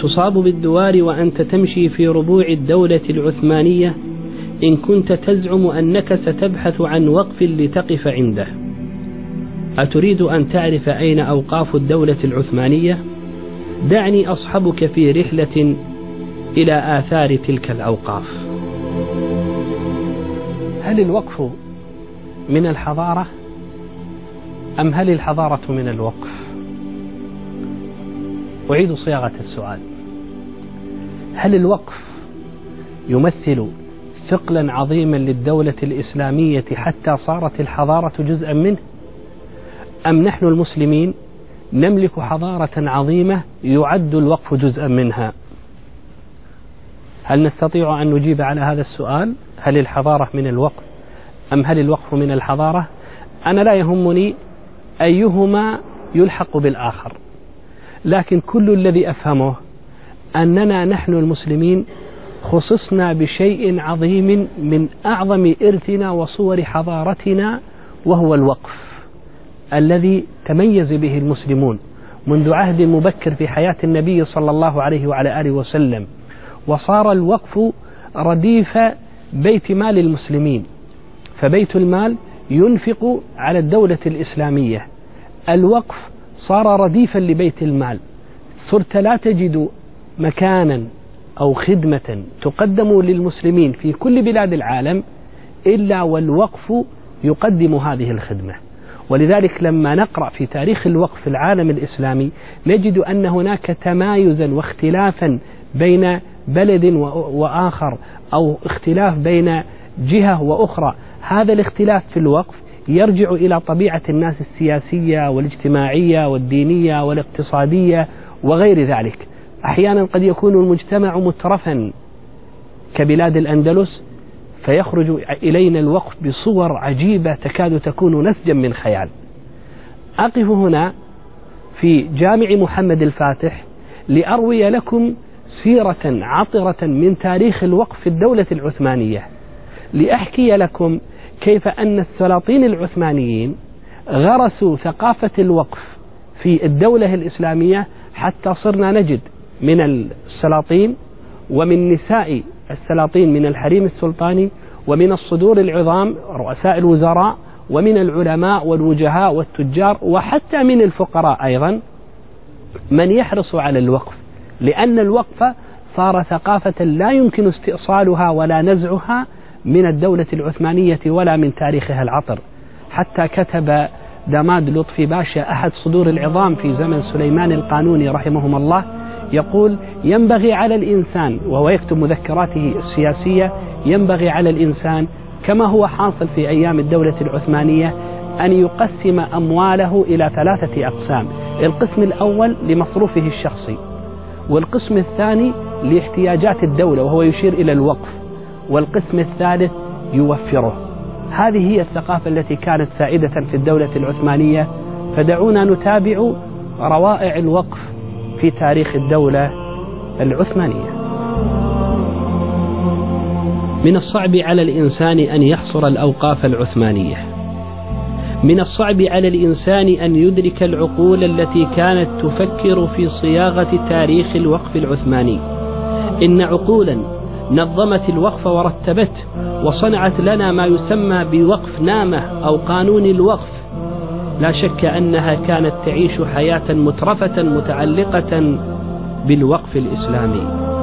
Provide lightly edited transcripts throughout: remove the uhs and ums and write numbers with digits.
تصاب بالدوار وأنت تمشي في ربوع الدولة العثمانية إن كنت تزعم أنك ستبحث عن وقف لتقف عنده. أتريد أن تعرف أين أوقاف الدولة العثمانية؟ دعني أصحبك في رحلة إلى آثار تلك الأوقاف. هل الوقف من الحضارة أم هل الحضارة من الوقف؟ أعيد صياغة السؤال. هل الوقف يمثل ثقلا عظيما للدولة الإسلامية حتى صارت الحضارة جزءا منه، أم نحن المسلمين نملك حضارة عظيمة يعد الوقف جزءا منها؟ هل نستطيع أن نجيب على هذا السؤال؟ هل الحضارة من الوقف أم هل الوقف من الحضارة؟ أنا لا يهمني أيهما يلحق بالآخر، لكن كل الذي أفهمه أننا نحن المسلمين خصصنا بشيء عظيم من أعظم إرثنا وصور حضارتنا، وهو الوقف الذي تميز به المسلمون منذ عهد مبكر في حياة النبي صلى الله عليه وعلى آله وسلم، وصار الوقف رديف بيت مال المسلمين، فبيت المال ينفق على الدولة الإسلامية، الوقف صار رديفا لبيت المال. صرت لا تجد مكانا أو خدمة تقدم للمسلمين في كل بلاد العالم إلا والوقف يقدم هذه الخدمة. ولذلك لما نقرأ في تاريخ الوقف في العالم الإسلامي نجد أن هناك تمايزا واختلافا بين بلد وآخر، أو اختلاف بين جهة وأخرى. هذا الاختلاف في الوقف يرجع إلى طبيعة الناس السياسية والاجتماعية والدينية والاقتصادية وغير ذلك. أحيانا قد يكون المجتمع مترفا كبلاد الأندلس، فيخرج إلينا الوقف بصور عجيبة تكاد تكون نسجا من خيال. أقف هنا في جامع محمد الفاتح لأروي لكم سيرة عطرة من تاريخ الوقف في الدولة العثمانية، لأحكي لكم كيف أن السلاطين العثمانيين غرسوا ثقافة الوقف في الدولة الإسلامية، حتى صرنا نجد من السلاطين ومن نساء السلاطين من الحريم السلطاني ومن الصدور العظام رؤساء الوزراء ومن العلماء والوجهاء والتجار وحتى من الفقراء أيضا من يحرص على الوقف، لأن الوقف صار ثقافة لا يمكن استئصالها ولا نزعها من الدولة العثمانية ولا من تاريخها العطر. حتى كتب داماد لطفي باشا أحد صدور العظام في زمن سليمان القانوني رحمهم الله، يقول: ينبغي على الإنسان، وهو يكتب مذكراته السياسية، ينبغي على الإنسان كما هو حاصل في أيام الدولة العثمانية أن يقسم أمواله إلى 3 أقسام: القسم الأول لمصروفه الشخصي، والقسم الثاني لاحتياجات الدولة وهو يشير إلى الوقف، والقسم الثالث يوفره. هذه هي الثقافة التي كانت سائدة في الدولة العثمانية. فدعونا نتابع روائع الوقف في تاريخ الدولة العثمانية. من الصعب على الإنسان أن يحصر الأوقاف العثمانية، من الصعب على الإنسان أن يدرك العقول التي كانت تفكر في صياغة تاريخ الوقف العثماني. إن عقولا نظمت الوقف ورتبته وصنعت لنا ما يسمى بوقف نامة أو قانون الوقف، لا شك أنها كانت تعيش حياة مترفة متعلقة بالوقف الإسلامي.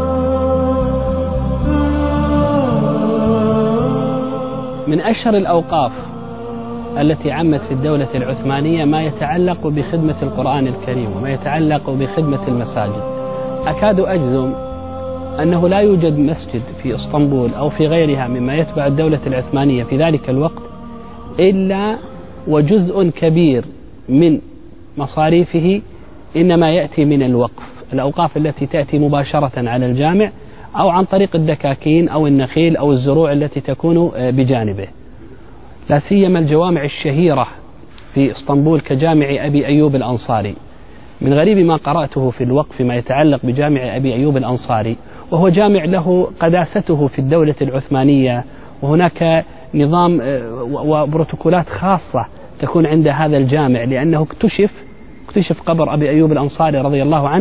من أشهر الأوقاف التي عمت في الدولة العثمانية ما يتعلق بخدمة القرآن الكريم وما يتعلق بخدمة المساجد. أكاد أجزم أنه لا يوجد مسجد في اسطنبول أو في غيرها مما يتبع الدولة العثمانية في ذلك الوقت إلا وجزء كبير من مصاريفه إنما يأتي من الوقف، الأوقاف التي تأتي مباشرة على الجامع أو عن طريق الدكاكين أو النخيل أو الزروع التي تكون بجانبه. لا سيما الجوامع الشهيرة في اسطنبول كجامع أبي أيوب الأنصاري. من غريب ما قرأته في الوقف ما يتعلق بجامع أبي أيوب الأنصاري، وهو جامع له قداسته في الدولة العثمانية، وهناك نظام وبروتوكولات خاصة تكون عند هذا الجامع، لأنه اكتشف قبر أبي أيوب الأنصاري رضي الله عنه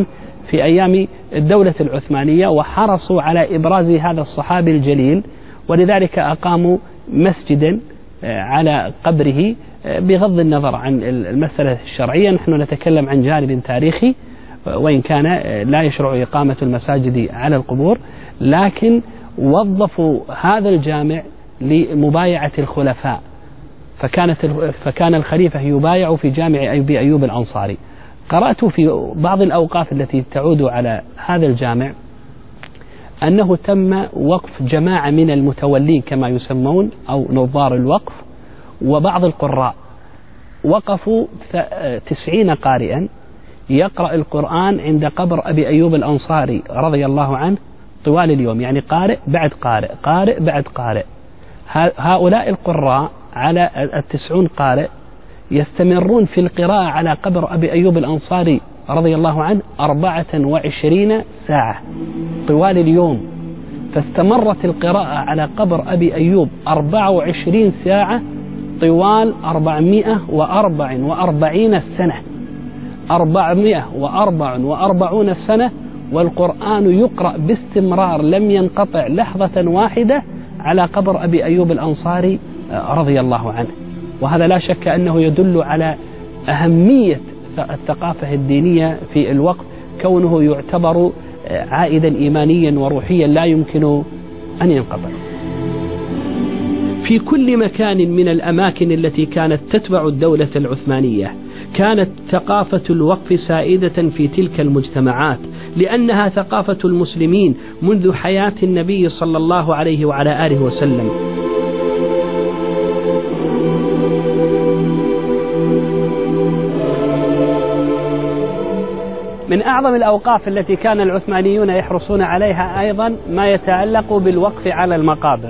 في أيام الدولة العثمانية، وحرصوا على إبراز هذا الصحابي الجليل، ولذلك أقاموا مسجدا على قبره. بغض النظر عن المسألة الشرعية، نحن نتكلم عن جانب تاريخي، وإن كان لا يشرع إقامة المساجد على القبور، لكن وظفوا هذا الجامع لمبايعة الخلفاء، فكان الخليفة يبايع في جامع أبي أيوب الأنصاري. قرأت في بعض الأوقاف التي تعود على هذا الجامع أنه تم وقف جماعة من المتولين كما يسمون أو نظار الوقف وبعض القراء، وقفوا 90 قارئا يقرأ القرآن عند قبر أبي أيوب الأنصاري رضي الله عنه طوال اليوم، يعني قارئ بعد قارئ، قارئ بعد قارئ. هؤلاء القراء على 90 قارئ يستمرون في القراءة على قبر أبي أيوب الأنصاري رضي الله عنه 24 ساعة طوال اليوم، فاستمرت القراءة على قبر أبي أيوب 24 ساعة طوال 444 سنة، 444 سنة، والقرآن يقرأ باستمرار لم ينقطع لحظة واحدة على قبر أبي أيوب الأنصاري رضي الله عنه. وهذا لا شك أنه يدل على أهمية الثقافة الدينية في الوقت، كونه يعتبر عائدا إيمانيا وروحيا لا يمكن أن ينقطع. في كل مكان من الأماكن التي كانت تتبع الدولة العثمانية كانت ثقافة الوقف سائدة في تلك المجتمعات، لأنها ثقافة المسلمين منذ حياة النبي صلى الله عليه وعلى آله وسلم. من أعظم الأوقاف التي كان العثمانيون يحرصون عليها أيضا ما يتعلق بالوقف على المقابر،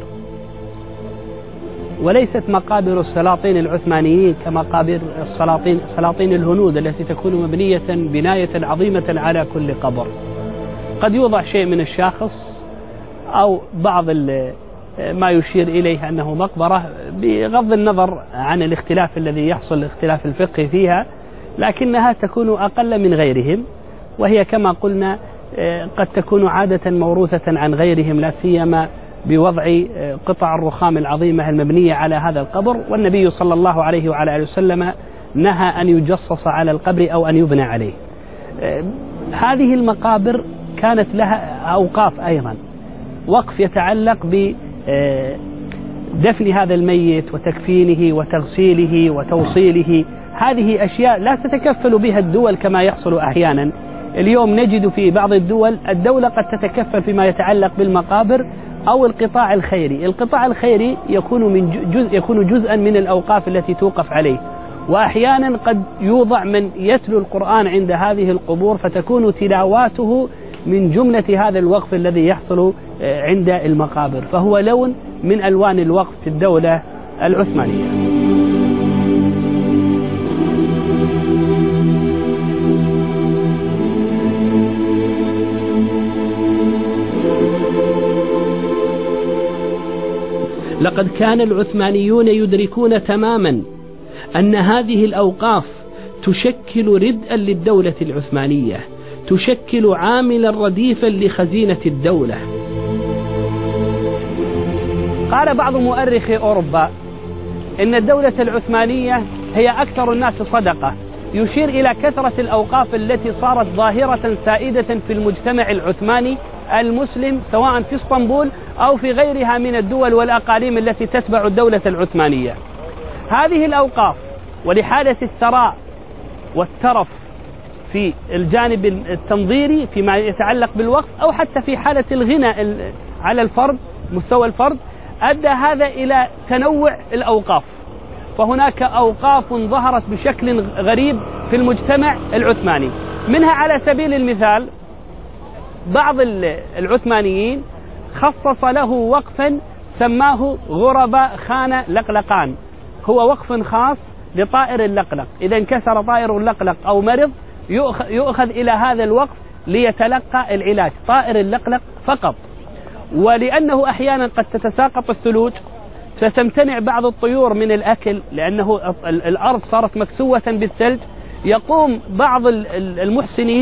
وليست مقابر السلاطين العثمانيين كمقابر سلاطين الهنود التي تكون مبنية بناية عظيمة على كل قبر. قد يوضع شيء من الشاخص أو بعض ما يشير إليه أنه مقبرة، بغض النظر عن الاختلاف الذي يحصل، الاختلاف الفقهي فيها، لكنها تكون أقل من غيرهم، وهي كما قلنا قد تكون عادة موروثة عن غيرهم، لا سيما بوضع قطع الرخام العظيمة المبنية على هذا القبر. والنبي صلى الله عليه وعلى آله وسلم نهى أن يجصص على القبر أو أن يبنى عليه. هذه المقابر كانت لها أوقاف أيضا، وقف يتعلق بدفن هذا الميت وتكفينه وتغسيله وتوصيله. هذه أشياء لا تتكفل بها الدول كما يحصل أحيانا. اليوم نجد في بعض الدولة قد تتكفل فيما يتعلق بالمقابر أو القطاع الخيري. القطاع الخيري يكون جزءا من الأوقاف التي توقف عليه، وأحيانا قد يوضع من يتلو القرآن عند هذه القبور، فتكون تلاواته من جملة هذا الوقف الذي يحصل عند المقابر، فهو لون من ألوان الوقف في الدولة العثمانية. لقد كان العثمانيون يدركون تماما أن هذه الأوقاف تشكل ردءا للدولة العثمانية، تشكل عاملا رديفا لخزينة الدولة. قال بعض مؤرخي أوروبا إن الدولة العثمانية هي أكثر الناس صدقة، يشير إلى كثرة الأوقاف التي صارت ظاهرة سائدة في المجتمع العثماني المسلم، سواء في اسطنبول أو في غيرها من الدول والأقاليم التي تتبع الدولة العثمانية. هذه الأوقاف ولحالة الثراء والترف في الجانب التنظيري فيما يتعلق بالوقف، أو حتى في حالة الغنى على الفرد، مستوى الفرد، أدى هذا إلى تنوع الأوقاف. فهناك أوقاف ظهرت بشكل غريب في المجتمع العثماني. منها على سبيل المثال بعض العثمانيين خصص له وقفا سماه غرباء خان لقلقان، هو وقف خاص لطائر اللقلق، إذا انكسر طائر اللقلق أو مرض يؤخذ إلى هذا الوقف ليتلقى العلاج، طائر اللقلق فقط. ولأنه أحيانا قد تتساقط الثلوج فتمتنع بعض الطيور من الأكل لأنه الأرض صارت مكسوة بالثلج، يقوم بعض المحسنين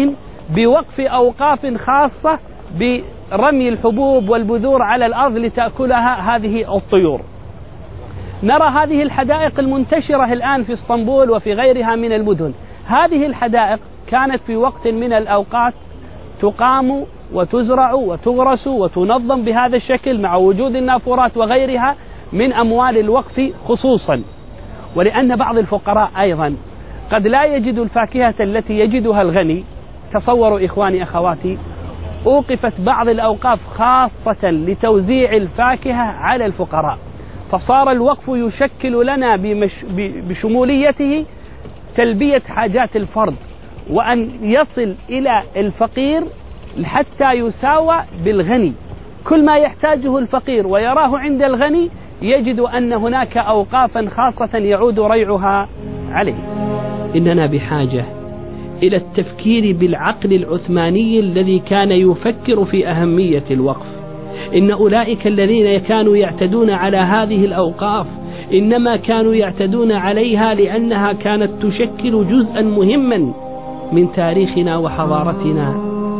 بوقف أوقاف خاصة برمي الحبوب والبذور على الأرض لتأكلها هذه الطيور. نرى هذه الحدائق المنتشرة الآن في اسطنبول وفي غيرها من المدن. هذه الحدائق كانت في وقت من الأوقات تقام وتزرع وتغرس وتنظم بهذا الشكل مع وجود النافورات وغيرها من أموال الوقف خصوصا. ولأن بعض الفقراء أيضا قد لا يجد الفاكهة التي يجدها الغني، تصوروا إخواني أخواتي، أوقفت بعض الأوقاف خاصة لتوزيع الفاكهة على الفقراء، فصار الوقف يشكل لنا بشموليته تلبية حاجات الفرد، وأن يصل إلى الفقير حتى يساوى بالغني. كل ما يحتاجه الفقير ويراه عند الغني يجد أن هناك أوقافا خاصة يعود ريعها عليه. إننا بحاجة إلى التفكير بالعقل العثماني الذي كان يفكر في أهمية الوقف. إن أولئك الذين كانوا يعتدون على هذه الأوقاف إنما كانوا يعتدون عليها لأنها كانت تشكل جزءا مهما من تاريخنا وحضارتنا.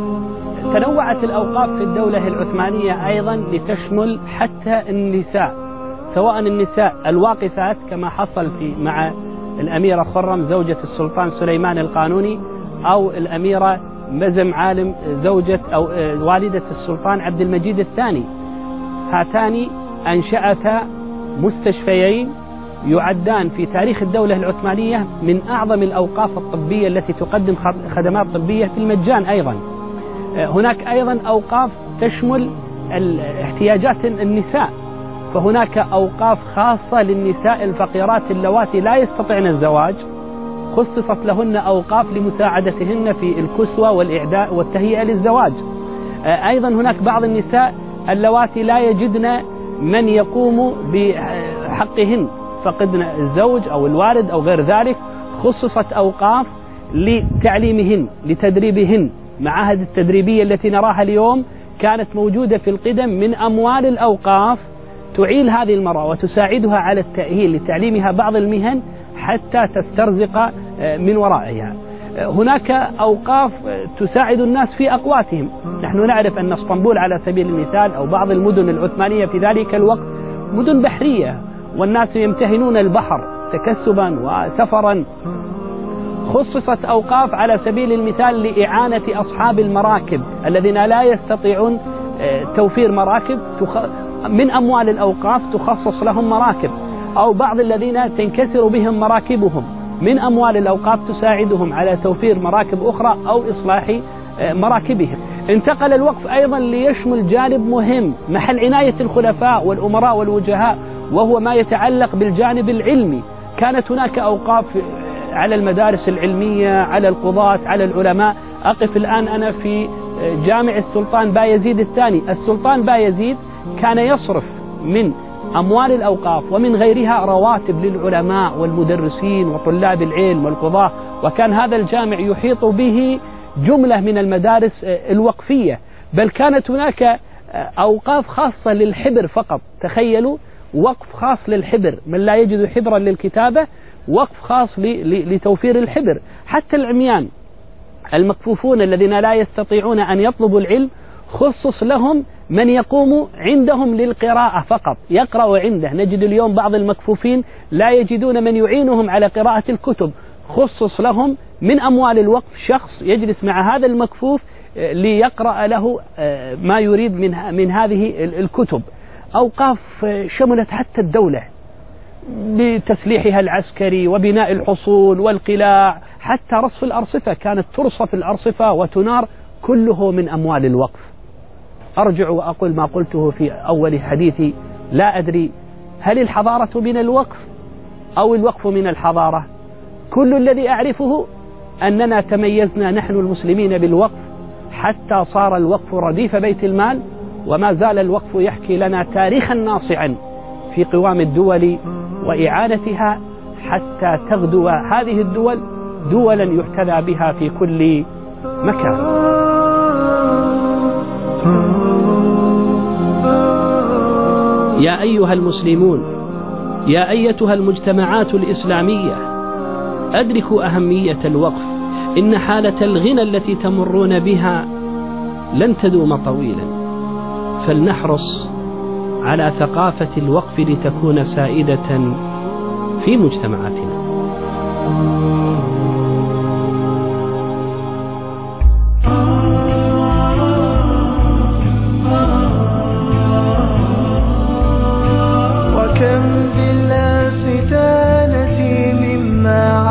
تنوعت الأوقاف في الدولة العثمانية أيضا لتشمل حتى النساء، سواء النساء الواقفات كما حصل مع الأميرة خرم زوجة السلطان سليمان القانوني، أو الأميرة مزم عالم زوجة أو والدة السلطان عبد المجيد الثاني. هاتان أنشأتا مستشفيين يعدان في تاريخ الدولة العثمانية من أعظم الأوقاف الطبية التي تقدم خدمات طبية بالمجان. أيضا هناك أيضا أوقاف تشمل احتياجات النساء، فهناك أوقاف خاصة للنساء الفقيرات اللواتي لا يستطعن الزواج، خصصت لهن أوقاف لمساعدتهن في الكسوة والإعداء والتهيئة للزواج. أيضا هناك بعض النساء اللواتي لا يجدن من يقوم بحقهن، فقدن الزوج أو الوالد أو غير ذلك، خصصت أوقاف لتعليمهن لتدريبهن. معاهد التدريبية التي نراها اليوم كانت موجودة في القدم من أموال الأوقاف تعيل هذه المرأة وتساعدها على التأهيل لتعليمها بعض المهن حتى تسترزق من ورائها. هناك أوقاف تساعد الناس في أقواتهم. نحن نعرف أن اسطنبول على سبيل المثال أو بعض المدن العثمانية في ذلك الوقت مدن بحرية، والناس يمتهنون البحر تكسبا وسفرا. خصصت أوقاف على سبيل المثال لإعانة أصحاب المراكب الذين لا يستطيعون توفير مراكب، من أموال الأوقاف تخصص لهم مراكب، أو بعض الذين تنكسر بهم مراكبهم، من أموال الأوقاف تساعدهم على توفير مراكب أخرى أو إصلاح مراكبهم. انتقل الوقف أيضا ليشمل جانب مهم محل عناية الخلفاء والأمراء والوجهاء، وهو ما يتعلق بالجانب العلمي. كانت هناك أوقاف على المدارس العلمية، على القضاة، على العلماء. أقف الآن أنا في جامع السلطان بايزيد الثاني. السلطان بايزيد كان يصرف من أموال الأوقاف ومن غيرها رواتب للعلماء والمدرسين وطلاب العلم والقضاة، وكان هذا الجامع يحيط به جملة من المدارس الوقفية. بل كانت هناك أوقاف خاصة للحبر فقط. تخيلوا، وقف خاص للحبر، من لا يجد حبرا للكتابة وقف خاص لتوفير الحبر. حتى العميان المكفوفون الذين لا يستطيعون أن يطلبوا العلم خصص لهم من يقوم عندهم للقراءة فقط، يقرأ عنده. نجد اليوم بعض المكفوفين لا يجدون من يعينهم على قراءة الكتب، خصص لهم من أموال الوقف شخص يجلس مع هذا المكفوف ليقرأ له ما يريد من هذه الكتب. أوقاف شملت حتى الدولة بتسليحها العسكري وبناء الحصون والقلاع، حتى رصف الأرصفة كانت ترصف الأرصفة وتنار، كله من أموال الوقف. أرجع وأقول ما قلته في أول حديثي، لا أدري هل الحضارة من الوقف أو الوقف من الحضارة؟ كل الذي أعرفه أننا تميزنا نحن المسلمين بالوقف حتى صار الوقف رديف بيت المال، وما زال الوقف يحكي لنا تاريخا ناصعا في قوام الدول وإعانتها حتى تغدو هذه الدول دولا يحتذى بها في كل مكان. يا أيها المسلمون، يا أيتها المجتمعات الإسلامية، أدركوا أهمية الوقف. إن حالة الغنى التي تمرون بها لن تدوم طويلا، فلنحرص على ثقافة الوقف لتكون سائدة في مجتمعاتنا.